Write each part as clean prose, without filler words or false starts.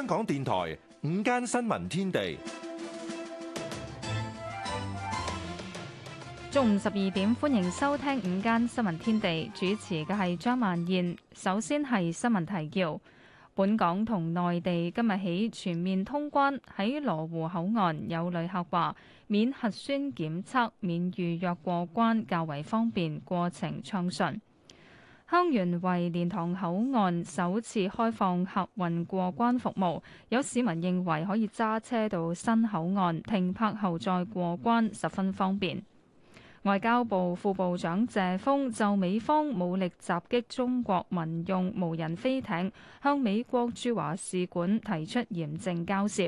港電台午間新聞天地， 中午12點，歡迎收聽午間新聞天地，主持嘅係張曼燕。首先係新聞提要：本港同內地今日起全面通關，喺羅湖口岸有旅客話免核酸檢測、免預約過關較為方便，過程暢順。香園圍蓮塘口岸首次開放客運過關服務，有市民認為可以揸車到新口岸停泊後再過關，十分方便。外交部副部長謝鋒就美方武力襲擊中國民用無人飛艇，向美國駐華使館提出嚴正交涉。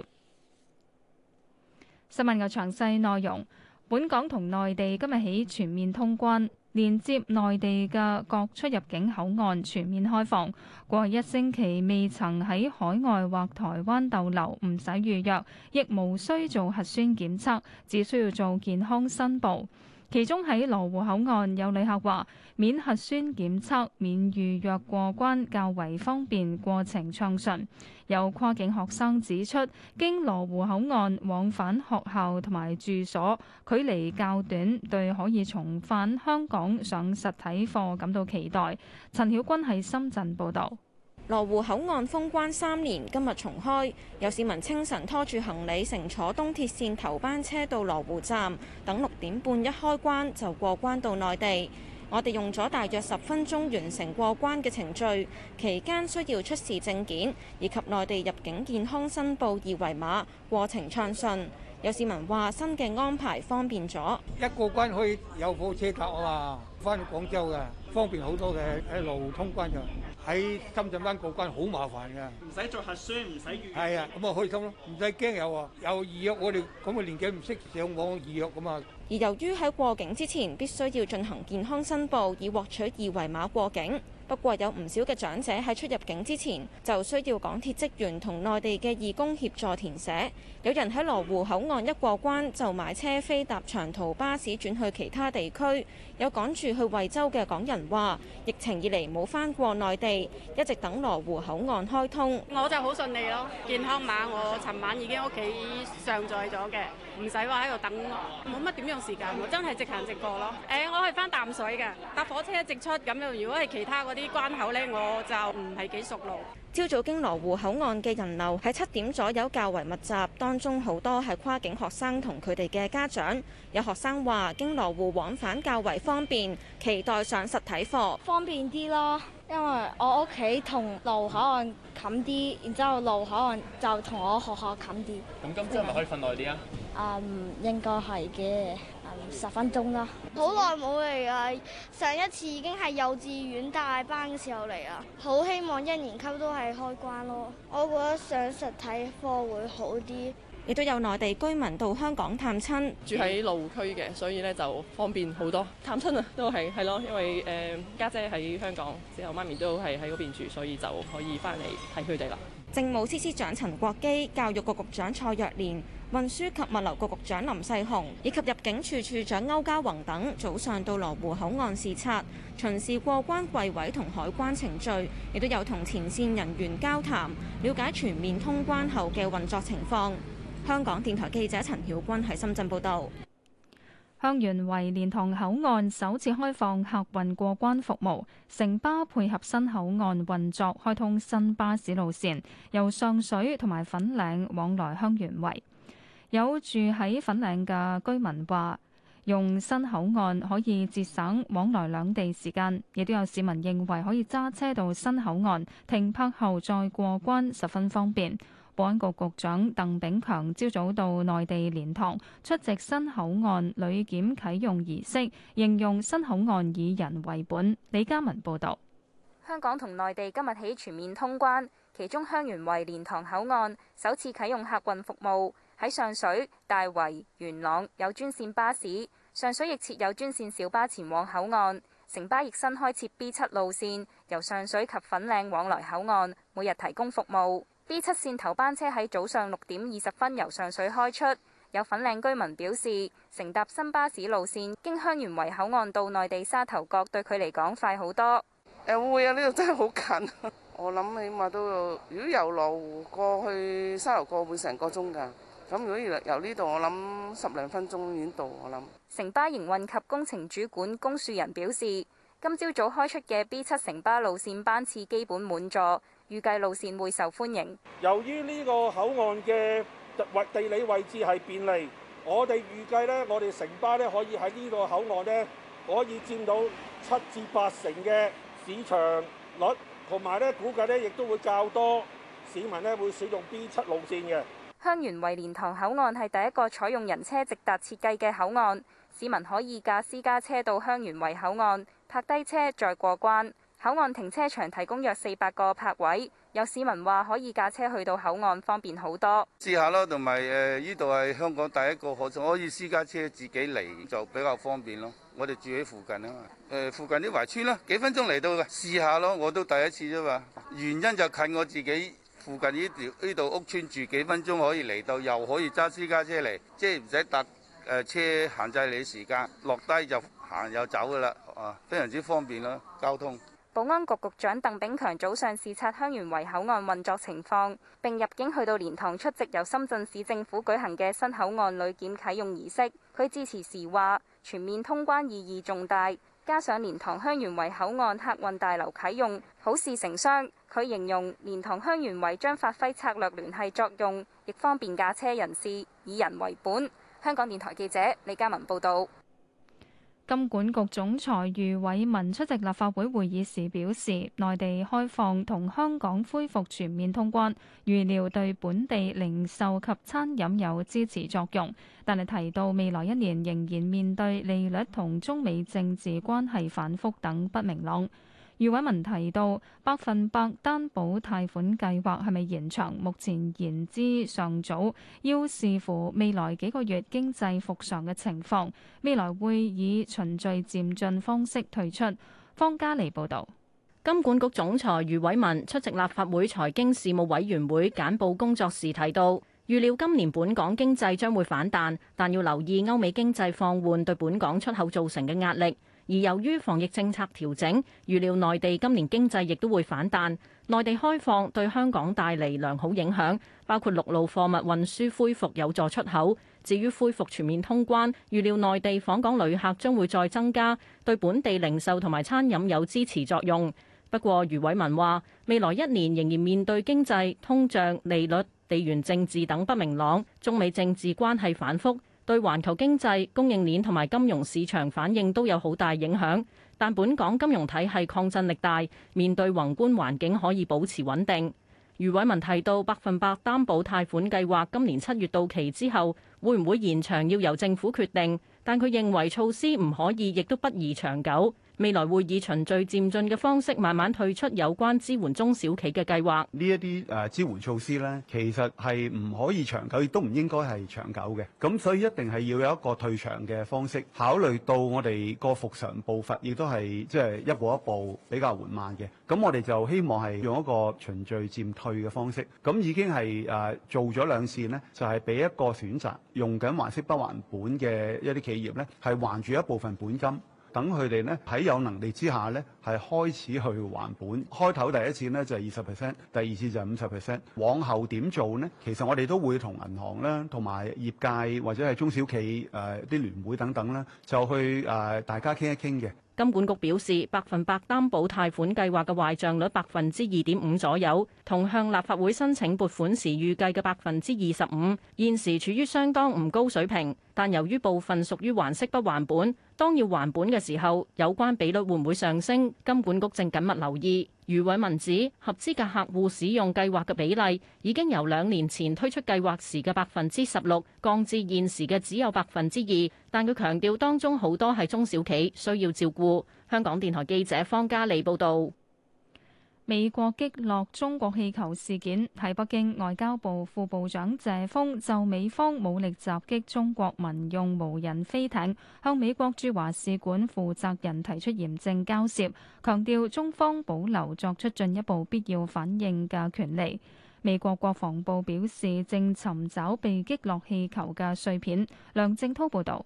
新聞嘅詳細內容：本港同內地今日起全面通關，連接內地嘅各出入境口岸全面開放。過去一星期未曾喺海外或台灣逗留，唔使預約，亦無需做核酸檢測，只需要做健康申報。其中喺羅湖口岸有旅客話免核酸檢測、免預約過關較為方便，過程暢順。有跨境學生指出，經羅湖口岸往返學校同埋住所距離較短，對可以重返香港上實體課感到期待。陳曉君喺深圳報導。 羅湖口岸封關3年，今日重開，有市民清晨拖住行李乘坐東鐵線頭班車到羅湖站，等6點半一開關就過關到內地。我哋用咗大約10分鐘完成過關嘅程序，期間需要出示證件以及內地入境健康申報2維碼，過程暢順。有市民話新嘅安排方便咗， 一過關可以有火車搭啊嘛，翻去廣州嘅方便好多嘅，喺羅湖通關嘅。喺深圳灣過關好麻煩㗎， 唔使做核酸，唔使預約。 係啊，咁啊開心咯，唔使驚有預約。我哋咁嘅年紀唔識上網預約㗎嘛。 而由於喺過境之前必須要進行健康申報，以獲取2維碼過境。不過有唔少嘅長者喺出入境之前就需要港鐵職員同內地嘅義工協助填寫。有人喺羅湖口岸一過關就買車飛搭長途巴士轉去其他地區。有趕住去惠州嘅港人話：疫情以嚟冇返過內地，一直等羅湖口岸開通。 我就好順利咯，健康碼我尋晚已經屋企上載咗嘅，唔使話喺度等，冇乜點用時間，我真係直行直過咯。我係返淡水嘅，搭火車直出咁樣。如果係其他嗰啲關口呢，我就唔係幾熟路。 朝早經羅湖口岸嘅人流喺7點左右較為密集，當中好多係跨境學生同佢哋嘅家長。有學生話經羅湖往返較為方便，期待上實體課。 方便啲咯，因為我屋企同羅湖口岸近啲，然之後羅湖口岸就同我學校近啲。 咁今朝係咪可以瞓耐啲啊？ 應該係嘅，10分鐘啦。 好耐冇嚟啊！上一次已經係幼稚園大班嘅時候嚟啦。好希望1年級都係開關咯。我覺得上實體課會好啲。 亦都有內地居民到香港探親， 住喺羅湖區嘅，所以咧就方便好多。探親啊，都係咯，因為家姐喺香港，之後媽咪都係喺嗰邊住，所以就可以翻嚟睇佢哋啦。 政務司司長陳國基、教育局局長蔡若蓮、運輸及物流局局長林世雄以及入境處處長歐家宏等早上到羅湖口岸視察，巡視過關櫃位同海關程序，亦都有同前線人員交談，了解全面通關後嘅運作情況。香港電台記者陳曉君喺深圳報導。 香園圍蓮塘口岸首次開放客運過關服務，城巴配合新口岸運作，開通新巴士路線，由上水同埋粉嶺往來香園圍。有住喺粉嶺嘅居民話，用新口岸可以節省往來兩地時間，亦都有市民認為可以揸車到新口岸停泊後再過關，十分方便。保安局局長鄧炳強朝早到內地蓮塘出席新口岸旅檢啟用儀式，形容新口岸以人為本。李嘉文報導。 香港同內地今日起全面通關，其中香園圍蓮塘口岸首次啟用客運服務，喺上水、大圍、元朗有專線巴士，上水亦設有專線小巴前往口岸。城巴亦新開設 B7 路線，由上水及粉嶺往來口岸，每日提供服務。B7 線頭班車喺早上6點20分由上水開出，有粉嶺居民表示，乘搭新巴士路線經香園圍口岸到內地沙頭角對佢嚟講快好多。 會啊，呢度真係好近。 我諗起碼都要，如果由羅湖過去沙頭角會成個鐘㗎。咁如果由呢度，我諗10零分鐘已經到。我諗城巴營運及工程主管龔樹人表示，今朝早開出嘅 B7 城巴路線班次基本滿座，預計路線會受歡迎。 由於呢個口岸嘅地理位置係便利，我哋預計呢，我哋城巴呢可以喺呢個口岸呢可以佔到7至8成嘅市場率，同埋呢估計呢亦都會較多市民呢會使用 B7 路線嘅。 香園圍蓮塘口岸係第一個採用人車直達設計嘅口岸，市民可以駕私家車到香園圍口岸泊低車再過關。口岸停車場提供約400個泊位，有市民話可以駕車去到口岸方便好多。 試下咯，同埋呢度係香港第一個可以私家車自己嚟就比較方便咯。我哋住喺附近啊嘛，附近啲圍村啦，幾分鐘嚟到嘅，試下咯，我都第一次啫嘛。原因就近我自己。附近呢度屋村住幾分鐘可以嚟到，又可以揸私家車嚟，即係唔使搭車限制你時間，落低就行又走噶啦，非常之方便啦，交通。 保安局局長鄧炳強早上視察香園圍口岸運作情況，並入境去到蓮塘出席由深圳市政府舉行嘅新口岸旅檢啟用儀式。佢致辭時話：全面通關意義重大，加上蓮塘香園圍口岸客運大樓啟用，好事成雙。佢形容蓮塘香園圍將發揮策略聯繫作用，亦方便駕車人士，以人為本。香港電台記者李嘉文報道。 金管局總裁余偉文出席立法會會議時表示，內地開放同香港恢復全面通關，預料對本地零售及餐飲有支持作用，但係提到未來1年仍然面對利率同中美政治關係反覆等不明朗。余偉文提到，100%擔保貸款計劃係咪延長，目前言之尚早，要視乎未來幾個月經濟復常嘅情況，未來會以循序漸進方式退出。方嘉莉報導。 金管局總裁余偉文出席立法會財經事務委員會簡報工作時提到，預料今年本港經濟將會反彈，但要留意歐美經濟放緩對本港出口造成嘅壓力。而由於防疫政策調整，預料內地今年經濟亦都會反彈。內地開放對香港帶嚟良好影響，包括陸路貨物運輸恢復有助出口。至於恢復全面通關，預料內地訪港旅客將會再增加，對本地零售同埋餐飲有支持作用。不過，余偉文話，未來1年仍然面對經濟、通脹、利率、地緣政治等不明朗，中美政治關係反覆，對環球經濟、供應鏈同埋金融市場反應都有好大影響，但本港金融體系抗震力大，面對宏觀環境可以保持穩定。余偉文提到，100%擔保貸款計劃今年7月到期之後，會唔會延長要由政府決定，但佢認為措施唔可以，亦都不宜長久。未來會以循序漸進嘅方式慢慢退出有關支援中小企嘅計劃。 呢一啲支援措施呢，其實係唔可以長久，亦都唔應該係長久嘅。咁所以一定係要有一個退場嘅方式。考慮到我哋個復常步伐，亦都係即係一步一步比較緩慢嘅。咁我哋就希望係用一個循序漸退嘅方式。咁已經係做咗2次呢，就係俾一個選擇，用緊還息不還本嘅一啲企業呢，係還住一部分本金。等佢哋呢喺有能力之下呢，係開始去還本。開頭第一次呢就係20%，第二次就係50%。往後點做呢？其實我哋都會同銀行啦，同埋業界或者係中小企啲聯會等等啦，就去大家傾一傾嘅。 金管局表示，100%擔保貸款計劃嘅壞賬率2.5%左右，同向立法會申請撥款時預計嘅25%，現時處於相當唔高水平。但由於部分屬於還息不還本，當要還本嘅時候，有關比率會唔會上升？金管局正緊密留意。余偉文指，合資格客戶使用計劃嘅比例已經由2年前推出計劃時嘅16%降至現時嘅只有2%，但佢強調當中好多係中小企需要照顧。香港電台記者方嘉莉報導。美國擊落中國氣球事件，喺北京，外交部副部長謝鋒就美方武力襲擊中國民用無人飛艇，向美國駐華使館負責人提出嚴正交涉，強調中方保留作出進一步必要反應嘅權利。美國國防部表示正尋找被擊落氣球嘅碎片。梁正滔報導。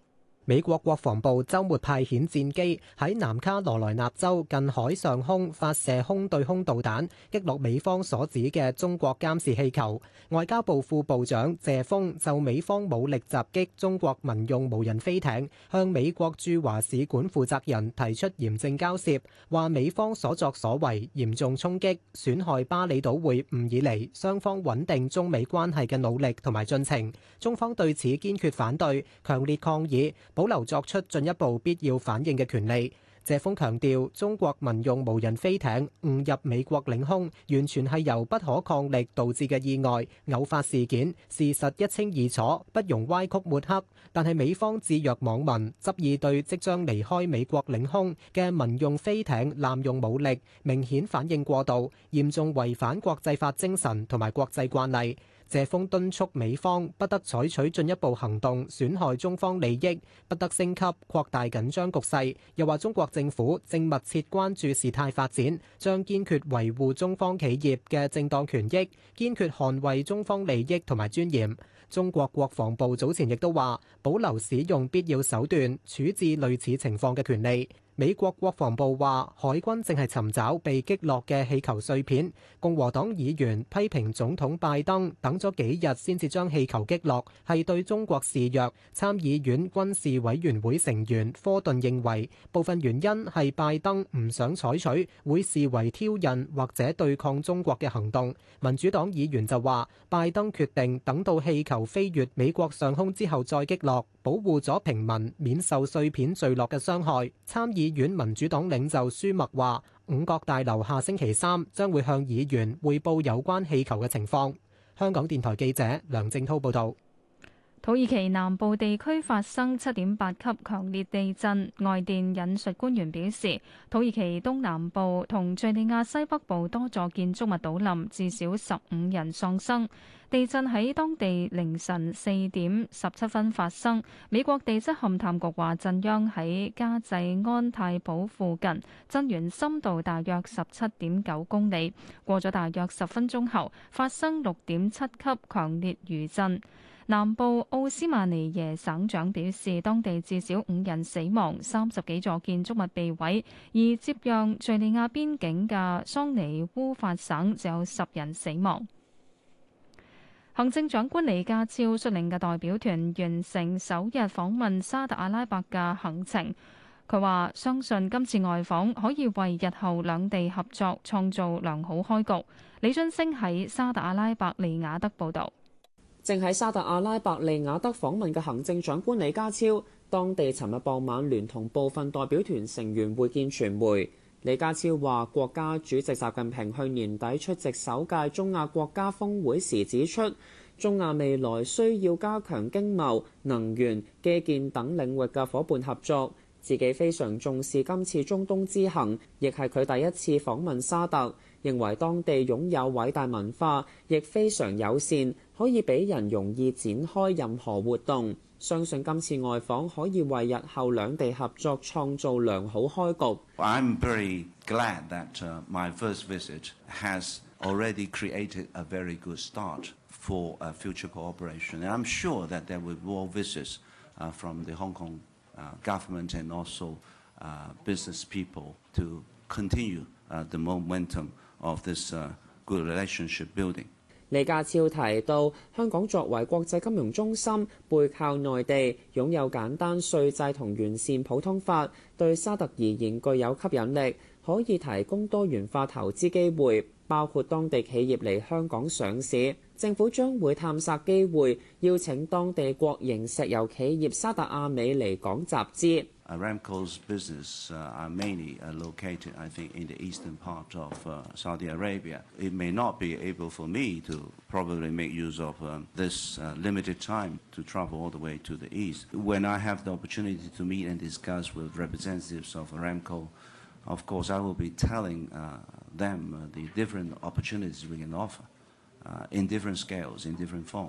美國國防部週末派遣戰機喺南卡羅來納州近海上空發射空對空導彈，擊落美方所指嘅中國監視氣球。外交部副部長謝鋒就美方武力襲擊中國民用無人飛艇，向美國駐華使館負責人提出嚴正交涉，話美方所作所為嚴重衝擊、損害巴厘島會晤以嚟雙方穩定中美關係嘅努力同埋進程。中方對此堅決反對，強烈抗議，保留作出進一步必要反應嘅權利。謝鋒強調，中國民用無人飛艇誤入美國領空，完全係由不可抗力導致嘅意外偶發事件，事實一清二楚，不容歪曲抹黑。但係美方置若罔聞，執意對即將離開美國領空嘅民用飛艇濫用武力，明顯反應過度，嚴重違反國際法精神同埋國際慣例。謝鋒敦促美方不得採取進一步行動損害中方利益，不得升級擴大緊張局勢。又話中國政府正密切關注事態發展，將堅決維護中方企業嘅正當權益，堅決捍衛中方利益同埋尊嚴。中國國防部早前亦都話，保留使用必要手段處置類似情況嘅權利。美國國防部話，海軍正係尋找被擊落嘅氣球碎片。共和黨議員批評總統拜登等咗幾日先至將氣球擊落，係對中國示弱。參議院軍事委員會成員科頓認為，部分原因係拜登唔想採取會視為挑釁或者對抗中國嘅行動。民主黨議員就話，拜登決定等到氣球飛越美國上空之後再擊落，保護咗平民免受碎片墜落嘅傷害。參議院民主黨領袖舒默話，五角大樓下星期三將會向議員匯報有關氣球嘅情況。香港電台記者梁正滔報導。 土耳其南部地區發生7.8級強烈地震，外電引述官員表示，土耳其東南部同敘利亞西北部多座建築物倒冧，至少15人喪生。地震喺當地凌晨4點17分發生。美國地質勘探局話，震央喺加濟安泰堡附近，震源深度大約17.9公里。過咗大約10分鐘後，發生6.7級強烈餘震。南部奧斯曼尼耶省長表示，當地至少5人死亡，30幾座建築物被毀，而接壤敘利亞邊境嘅桑尼烏法省就有10人死亡。行政長官李家超率領嘅代表團完成首日訪問沙特阿拉伯嘅行程。佢話相信今次外訪可以為日後兩地合作創造良好開局。李津升喺沙特阿拉伯利雅得報導。 正喺沙特阿拉伯利雅得訪問嘅行政長官李家超，當地尋日傍晚聯同部分代表團成員會見傳媒。李家超話，國家主席習近平去年底出席首屆中亞國家峰會時指出，中亞未來需要加強經貿、能源、基建等領域嘅夥伴合作。自己非常重視今次中東之行，亦係佢第一次訪問沙特，認為當地擁有偉大文化，亦非常友善，可以俾人容易展開任何活動。相信今次外訪可以為日後兩地合作創造良好開局。 I'm very glad that my first visit has already created a very good start for future cooperation. And I'm sure that there will be more visits from the Hong Kong government and also business people to continue the momentum of this good relationship building. 李家超提到，香港作為國際金融中心，背靠內地，擁有簡單稅制同完善普通法，對沙特而言具有吸引力，可以提供多元化投資機會，包括當地企業嚟香港上市。政府將會探索機會，邀請當地國營石油企業沙特阿美嚟港集資。 Aramco's business are mainly located, I think, in the eastern part of Saudi Arabia. It may not be able for me to probably make use of this limited time to travel all the way to the east. When I have the opportunity to meet and discuss with representatives of Aramco, of course, I will be telling them the different opportunities we can offer in different scales, in different forms.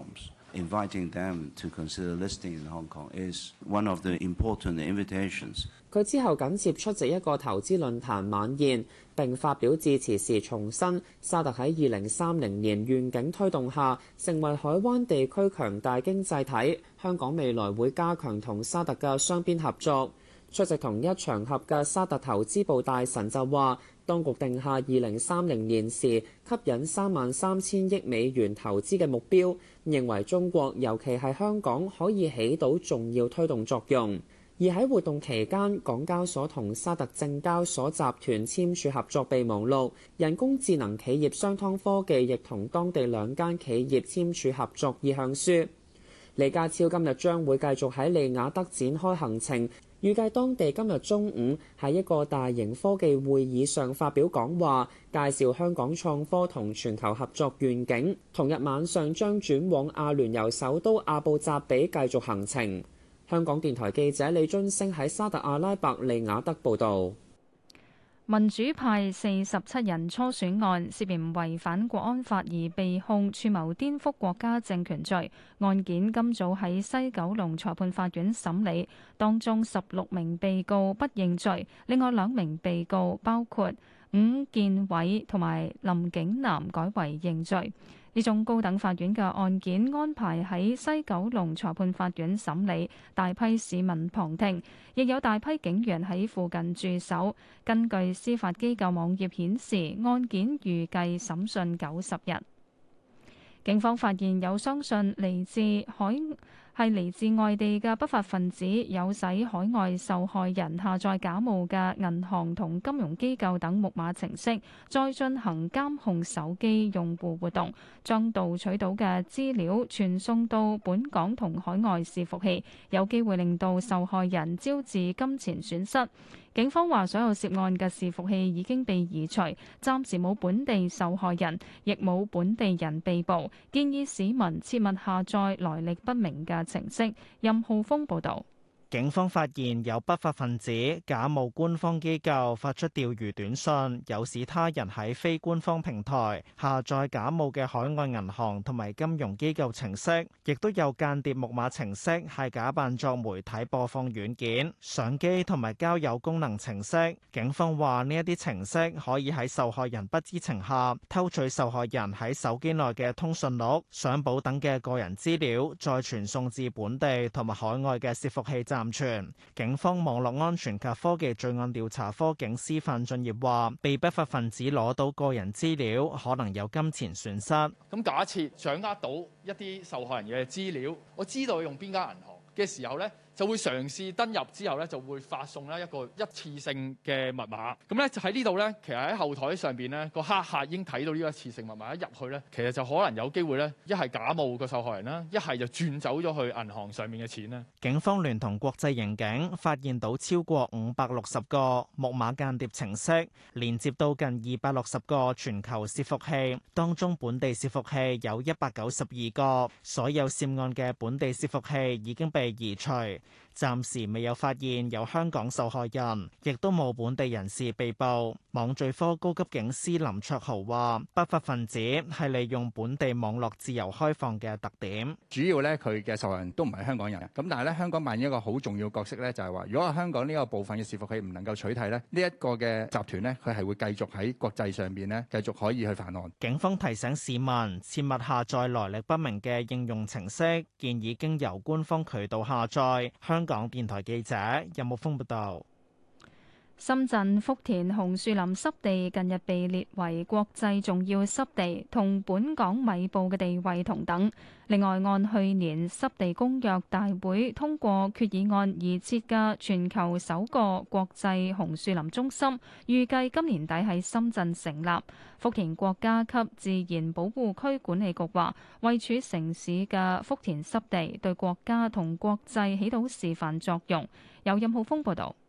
inviting them to consider listing in Hong Kong is one of the important invitations. 佢之後緊接出席一個投資論壇晚宴，並發表致辭時重申，沙特喺2030年願景推動下，成為海灣地區強大經濟體。香港未來會加強同沙特嘅雙邊合作。出席同一場合嘅沙特投資部大臣就話，當局定下2030年時吸引33000億美元投資嘅目標，認為中國尤其係香港可以起到重要推動作用。而喺活動期間，港交所同沙特證交所集團簽署合作備忘錄，人工智能企業商湯科技亦同當地兩間企業簽署合作意向書。李家超今日將會繼續喺利雅得展開行程，預計當地今日中午喺一個大型科技會議上發表講話，介紹香港創科同全球合作願景。同日晚上將轉往阿聯酋首都阿布扎比繼續行程。香港電台記者李津星喺沙特阿拉伯利雅得報導。 民主派47人初選案涉嫌違反國安法而被控串謀顛覆國家政權罪，案件今早喺西九龍裁判法院審理，當中16名被告不認罪，另外2名被告包括伍健偉同埋林景南改為認罪。呢宗高等法院嘅案件安排喺西九龍裁判法院審理，大批市民旁聽，亦有大批警員喺附近駐守。根據司法機構網頁顯示，案件預計審訊90日。警方發現有相信嚟自外地嘅不法分子，誘使海外受害人下載假冒嘅銀行同金融機構等木馬程式，再進行監控手機用戶活動，將盜取到嘅資料傳送到本港同海外伺服器，有機會令到受害人招致金錢損失。警方話，所有涉案嘅伺服器已經被移除，暫時冇本地受害人，亦冇本地人被捕。建議市民切勿下載來歷不明嘅程式。任浩峰報導。 警方發現有不法分子假冒官方機構發出釣魚短信，誘使他人喺非官方平台下載假冒嘅海外銀行同埋金融機構程式，亦都有間諜木馬程式係假扮作媒體播放軟件、相機同埋交友功能程式。警方話呢一啲程式可以喺受害人不知情下偷取受害人喺手機內嘅通訊錄、相簿等嘅個人資料，再傳送至本地同埋海外嘅伺服器暫存。警方網絡安全及科技罪案調查科警司范俊業話，被不法分子攞到個人資料，可能有金錢損失。 咁假設掌握到一啲受害人嘅資料，我知道用邊間銀行嘅時候呢，就會嘗試登入之後咧，就會發送一個一次性嘅密碼。咁咧就喺呢度咧，其實喺後台上邊咧，個黑客已經睇到呢個一次性密碼，一入去咧，其實就可能有機會咧，一係假冒個受害人啦，一係就轉走咗去銀行上面嘅錢啦。 警方聯同國際刑警發現到超過560個木馬間諜程式，連接到近260個全球伺服器，當中本地伺服器有192個。所有涉案嘅本地伺服器已經被移除。暫時未有發現有香港受害人，亦都冇本地人士被捕。網罪科高級警司林卓豪話，不法分子係利用本地網絡自由開放嘅特點， 主要咧佢嘅受害人都唔係香港人，咁但係咧香港扮演一個好重要角色咧，就係話如果香港呢個部分嘅伺服器唔能夠取締咧，呢一個嘅集團咧，佢係會繼續喺國際上邊咧繼續可以去犯案。 警方提醒市民切勿下載來歷不明嘅應用程式，建議經由官方渠道下載。香港電台記者任木峰報道。 深圳福田紅樹林濕地近日被列為國際重要濕地，同本港米埔嘅地位同等。另外，按去年濕地公約大會通過決議案而設嘅全球首個國際紅樹林中心，預計今年底喺深圳成立。福田國家級自然保護區管理局話，位處城市嘅福田濕地對國家同國際起到示範作用。由任浩峰報導。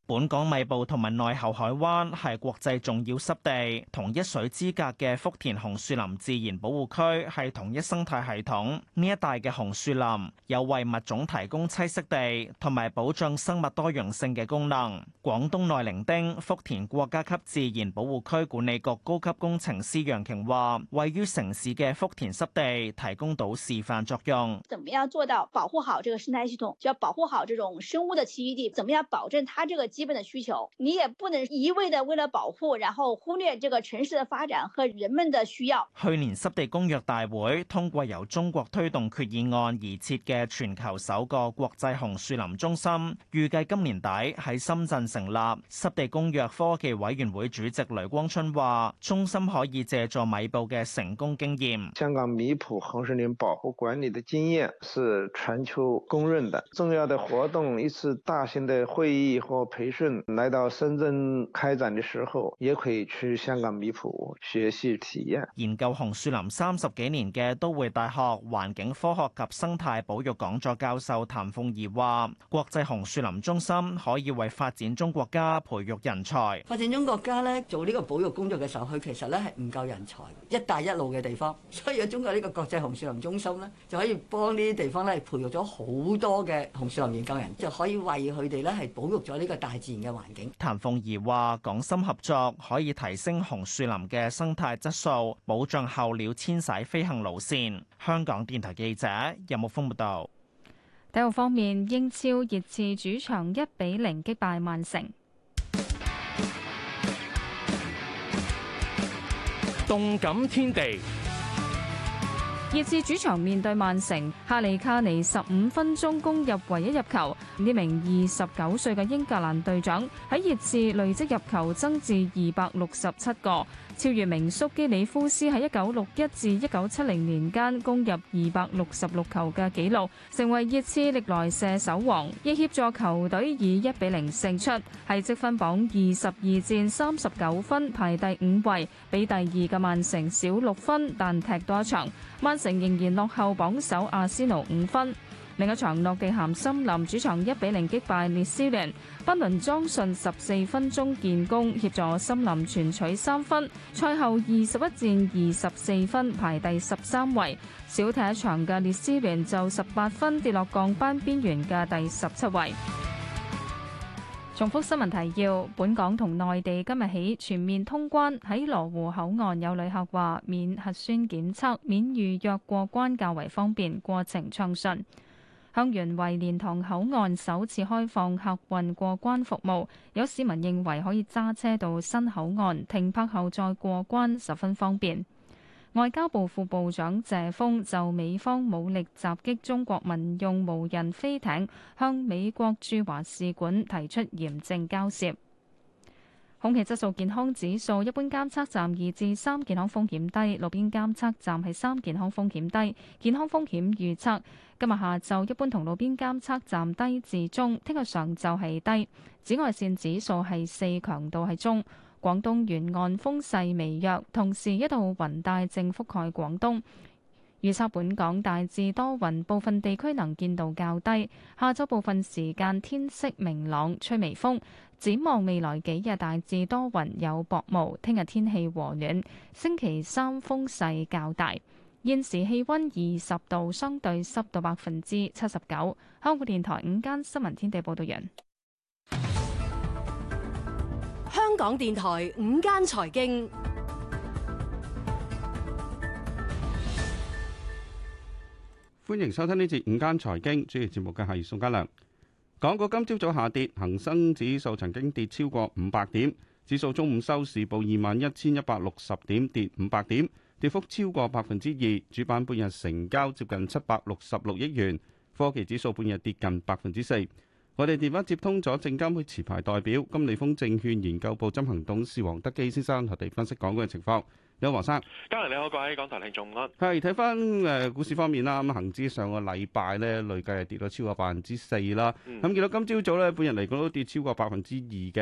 本港米埔同埋內后海灣係國際重要濕地，同一水之隔嘅福田紅樹林自然保護區係同一生態系統。呢一帶嘅紅樹林有為物種提供棲息地同埋保障生物多樣性嘅功能。廣東內伶仃福田國家級自然保護區管理局高級工程師楊瓊話，位於城市嘅福田濕地提供到示範作用。 怎麼樣做到保護好這個生態系統，就要保護好這種生物的棲息地，怎麼樣保證它這個基本的需求，你也不能一味的為了保護，然後忽略這個城市的發展和人們的需要。 去年濕地公約大會通過由中國推動決議案而設嘅全球首個國際紅樹林中心，預計今年底喺深圳成立。濕地公約科技委員會主席雷光春話，中心可以借助米埔嘅成功經驗。 香港米埔紅樹林保護管理的經驗是全球公認的。重要的活動，一次大型的會議或培訓來到深圳開展的時候，也可以去香港米埔學習體驗。 研究紅樹林30幾年嘅都會大學環境科學及生態保育講座教授譚鳳儀話，國際紅樹林中心可以為發展中國家培育人才。 發展中國家咧做呢個保育工作嘅時候，佢其實咧係唔夠人才。一帶一路嘅地方，所以有中國呢個國際紅樹林中心咧，就可以幫呢啲地方咧培育咗好多嘅紅樹林研究人，就可以為佢哋咧係保育咗呢個大自然嘅環境。 譚鳳儀話：港深合作可以提升紅樹林嘅生態質素，保障候鳥遷徙飛行路線。香港電台記者任木峰報道。 體育方面，英超熱刺主場1-0擊敗曼城。 動感天地。 熱刺主場面對曼城，哈利卡尼15分鐘攻入唯一入球。呢名29歲嘅英格蘭隊長喺熱刺累積入球增至267個，超越名宿基里夫斯喺1961至1970年間攻入266球嘅紀錄，成為熱刺歷來射手王，亦協助球隊以1-0勝出，喺積分榜22戰39分排第5位，比第2嘅曼城少6分，但踢多一場。曼城仍然落後榜首阿仙奴5分。另一場諾定咸森林主場1-0擊敗列斯聯，賓倫莊遜14分鐘建功，協助森林全取3分。賽後21戰24分排第13位，少踢一場嘅列斯聯就18分跌落降班邊緣嘅第17位。重複新聞提要：本港同內地今日起全面通關，喺羅湖口岸有旅客話免核酸檢測、免預約過關較為方便，過程暢順。香園圍蓮塘口岸首次開放客運過關服務，有市民認為可以揸車到新口岸停泊後再過關，十分方便。外交部副部長謝鋒就美方武力襲擊中國民用無人飛艇，向美國駐華使館提出嚴正交涉。空氣質素健康指數，一般監測站2至3，健康風險低；路邊監測站係3，健康風險低。健康風險預測今日下晝一般同路邊監測站低至中，聽日上晝係低。紫外線指數係4，強度係中。廣東沿岸風勢微弱，同時一道雲帶正覆蓋廣東。預測本港大致多雲，部分地區能見度較低。下晝部分時間天色明朗，吹微風。展望未來幾日大致多雲有薄霧，聽日天氣和暖。星期三風勢較大。現時氣溫20度，相對濕度79%。香港電台午間新聞天地報道人。 香港電台午間財經， 歡迎收聽呢節午間財經，主持節目嘅係宋家良。港股今朝早下跌，恒生指數曾經跌超過500點，指數中午收市報21,160點，跌500點，跌幅超過2%。主板半日成交接近766億元，科技指數半日跌近4%。我哋電話接通咗證監會持牌代表金利豐證券研究部執行董事黃德基先生，同我哋分析港股嘅情況。你好，黃生。 嘉良你好，各位港台聽眾安。 係睇翻股市方面啦，咁恒指上個禮拜咧累計係跌咗超過4%啦。咁見到今朝早咧，本日嚟講都跌超過2%嘅。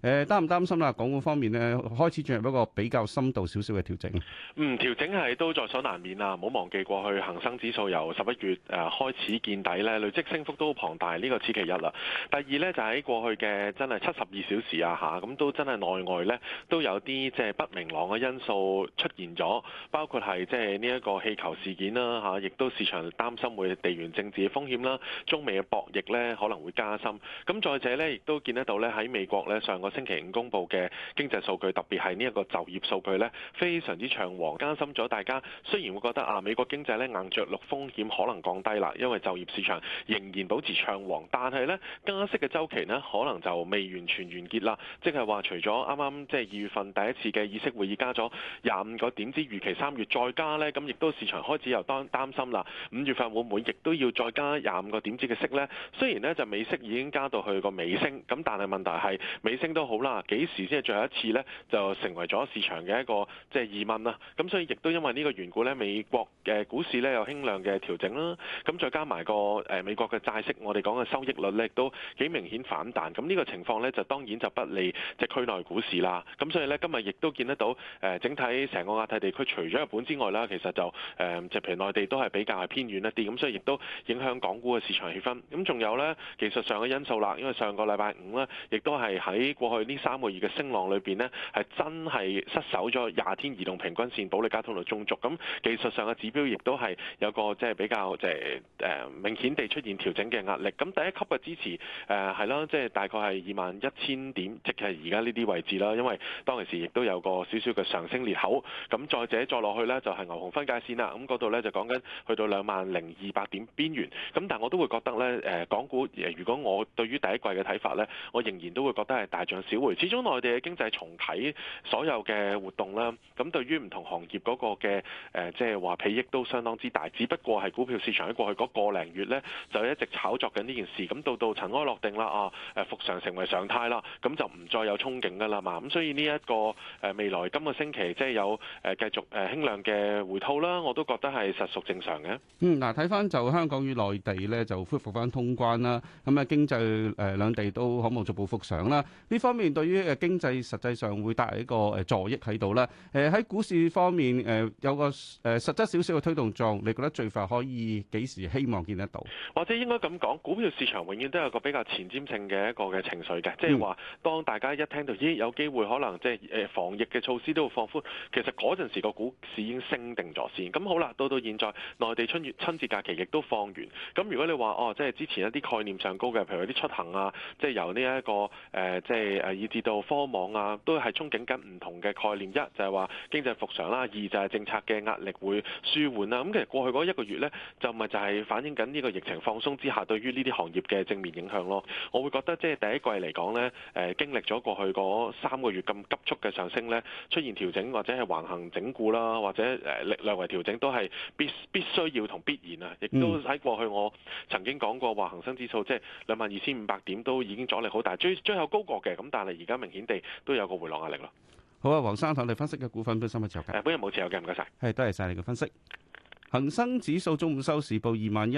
擔唔擔心啦？港股方面呢，開始進入一個比較深度少少嘅調整。 調整係都在所難免啊！唔好忘記過去恒生指數由11月開始見底咧，累積升幅都好龐大，呢個此其一啦。第二呢，就喺過去嘅真係72小時啊嚇，咁都真係內外呢都有啲即係不明朗嘅因素出現咗，包括係即係呢一個氣球事件啦嚇，亦都市場擔心會地緣政治嘅風險啦，中美嘅博弈呢可能會加深。咁再者呢，亦都見得到呢喺美國呢上個星期五公布嘅經濟數據，特別係呢一個就業數據呢，非常之暢旺，加深咗大家雖然會覺得美國經濟呢硬着陸風險可能降低啦，因為就業市場仍然保持暢旺，但係呢加息嘅週期呢可能就未完全完結啦，即係話除咗啱啱即係2月份第一次嘅議息會議加咗25個點之預期3月再加呢，咁亦都市場開始又擔心啦，5月份會唔會亦都要再加25個點子嘅息呢？雖然呢就美息已經加到去個尾聲，咁但係問題係尾聲都好啦，幾時先係最後一次呢？就成為咗市場嘅一個即係疑問啦。咁所以亦都因為呢個緣故呢，美國嘅股市呢有輕量嘅調整啦。咁再加埋個美國嘅債息，我哋講嘅收益率呢亦都幾明顯反彈。咁呢個情況呢，就當然就不利即係區內股市啦。咁所以呢，今日亦都見得到整體成個亞太地區除咗日本之外啦，其實就譬如內地都係比較係偏遠一啲。咁所以亦都影響港股嘅市場氣氛。咁仲有呢技術上嘅因素啦，因為上個禮拜五呢，亦都係喺過去呢3個月嘅升浪裏邊呢，係真係失守咗20天移動平均線保利加通道中軸。咁技術上嘅指標亦都係有個即係比較即係明顯地出現調整嘅壓力。咁第一級嘅支持係啦，即係大概係21,000點，即係而家呢啲位置啦。因為當其時亦都有個少少嘅上升裂口。咁再者再落去呢，就係牛熊分界線啦。咁嗰度呢，就講緊去到20,200點邊緣。咁但係我都會覺得呢，港股如果我對於第一季嘅睇法呢，我仍然都會覺得係大漲小回。始終內地嘅經濟重啟所有嘅活動啦，咁對於唔同行業嗰個嘅即係話裨益都相當之大。只不過係股票市場喺過去嗰個零月呢，就一直炒作緊呢件事。咁到塵埃落定啦，復常成為常態啦，咁就唔再有憧憬㗎啦嘛。咁所以呢一個未來今個星期即係有繼續輕量嘅回吐啦，我都覺得係實屬正常嘅。 嗱，睇翻就香港與內地呢，就恢復翻通關啦，咁啊經濟兩地都可望逐步復常啦。呢方面對於經濟實際上會帶嚟一個助益喺度啦。喺股市方面有個實質少少嘅推動作用，你覺得最快可以幾時希望見得到？ 或者應該咁講，股票市場永遠都有個比較前瞻性嘅一個嘅情緒嘅，即係話當大家一聽到咦有機會可能即係防疫嘅措施都會放寬，其實嗰陣時個股市已經升定咗先。咁好啦，到現在內地春節假期亦都放完。咁如果你話即係之前一啲概念上高嘅，譬如啲出行啊，即係由呢一個即係以至到科網啊，都係憧憬緊唔同嘅概念。一就係話經濟復常啦，二就係政策嘅壓力會舒緩啦。咁其實過去嗰1個月呢，就係反映緊呢個疫情放鬆之下對於呢啲行業嘅正面影響咯。我會覺得即係第一季嚟講呢，經歷咗過去嗰3個月咁急速嘅上升呢，出現調整或者係橫行整固啦，或者力量為調整都係必須要同必然啊！亦都喺過去我曾經講過話，恒生指數即係22,500點都已經阻力好大，最後高過嘅。咁但係而家明顯地都有個回落壓力咯。 好啊，黃生，睇你分析嘅股份本身有冇持有嘅？ 本人冇持有嘅，唔該晒。 係，多謝晒你嘅分析。恒生指數中午收市報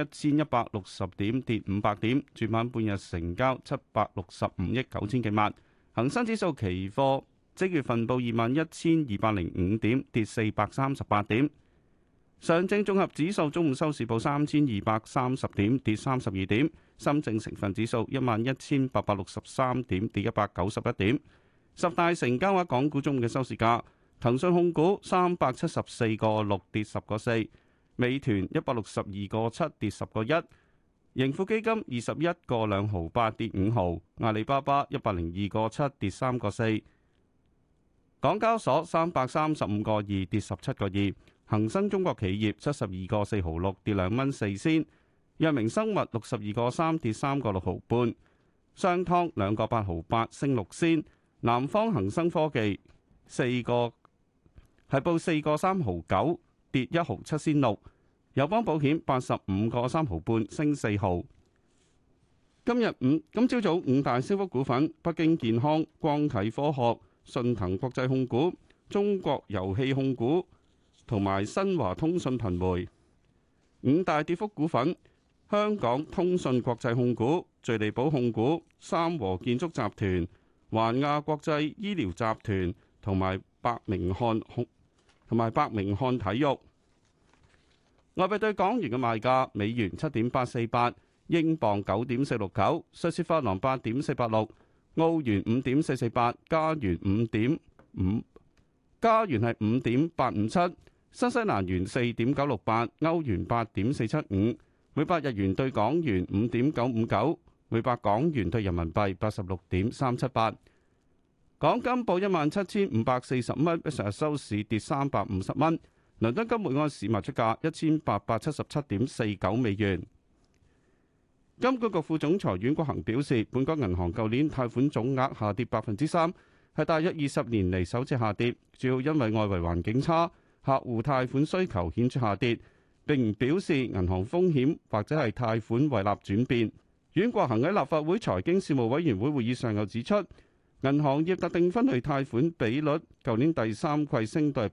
21,160點，跌500點。主板半日成交765億9千幾萬。恒生指數期貨即月份報21,205點，跌438點。上證綜合指數中午收市報3,230點，跌32點。深證成分指數11,863點，跌191點。十大成交額港股中午嘅收市價：騰訊控股374個6跌10個4，美團162個7跌10個1，盈富基金21個2毫8跌5毫，阿里巴巴102個7跌3個4，港交所335個2跌17個2，恒生中國企業72個4毫6跌2蚊4仙，藥明生物62個3跌3個6毫半，商湯2個8毫8升6仙。南方恒生科技報4個3毫9，跌1毫7仙6。友邦保險85個3毫半，升4毫。今朝早5大升幅股份：北京健康、光啟科學、順騰國際控股、中國遊戲控股同埋新華通訊頻媒。5大跌幅股份：香港通訊國際控股、聚利寶控股、三和建築集團、 環亞國際醫療集團同埋伯明翰體育。外幣對港元嘅賣價：美元7.848，英鎊9.469，瑞士法郎8.486，澳元5.448，加元係5.857，新西蘭元4.968，歐元8.475，每百日元對港元5.959，每百港元對人民幣86.378。港金報17,540蚊，比上日收市跌350蚊。倫敦金每安士賣出價1877.49美元。金管局副總裁阮國恒表示，本港銀行舊年貸款總額下跌3%，係大約20年嚟首次下跌，主要因為外圍環境差，客戶貸款需求顯著下跌，並唔表示銀行風險或者係貸款胃納轉變。阮國恒喺立法會財經事務委員會會議上又指出，銀行業特定分類貸款比率舊年第三季升到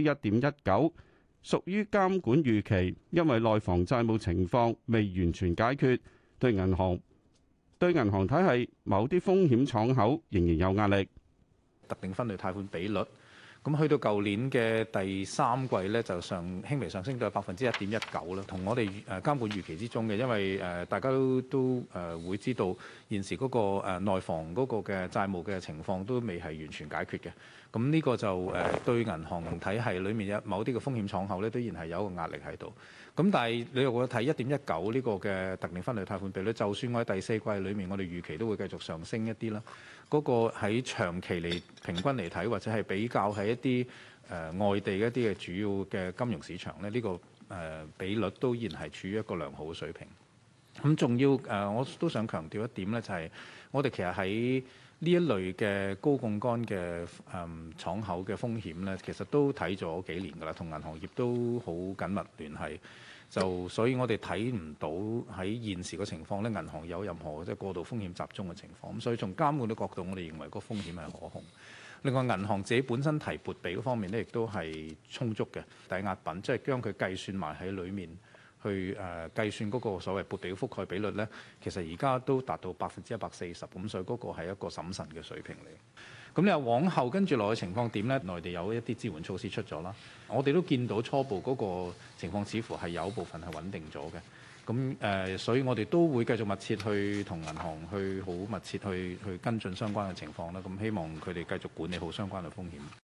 1.19%，屬於監管預期，因為內房債務情況未完全解決，對銀行體系某啲風險敞口仍然有壓力。 特定分類貸款比率，咁去到舊年嘅第三季咧，就輕微上升到1.19%啦，同我哋監管預期之中嘅，因為大家都會知道現時嗰個內房嗰個嘅債務嘅情況都未係完全解決嘅，咁呢個就對銀行體系裏面有某啲嘅風險敞口咧，都依然係有一個壓力喺度。咁但係你又覺得睇1.19呢個嘅特定分類貸款比率，就算我喺第四季裏面，我哋預期都會繼續上升一啲啦。嗰個喺長期嚟平均嚟睇，或者係比較喺一啲外地一啲嘅主要嘅金融市場咧，呢個比率都依然係處於一個良好嘅水平。咁仲要我都想強調一點咧，就係我哋其實喺呢一類嘅高槓桿嘅敞口嘅風險咧，其實都睇咗幾年㗎啦，同銀行業都好緊密聯繫。所以我哋睇唔到喺現時嘅情況咧，銀行有任何即係過度風險集中嘅情況。咁所以從監管嘅角度，我哋認為個風險係可控。另外，銀行自己本身提撥備嗰方面咧，亦都係充足嘅抵押品，即係將佢計算埋喺裡面去計算嗰個所謂撥備嘅覆蓋比率咧，其實而家都達到140%，咁所以嗰個係一個審慎嘅水平嚟。咁你話往後跟住落去情況點呢？內地有一啲支援措施出咗啦，我哋都見到初步嗰個情況似乎係有部分係穩定咗嘅。咁所以我哋都會繼續密切去同銀行去好密切去跟進相關嘅情況啦。咁希望佢哋繼續管理好相關嘅風險。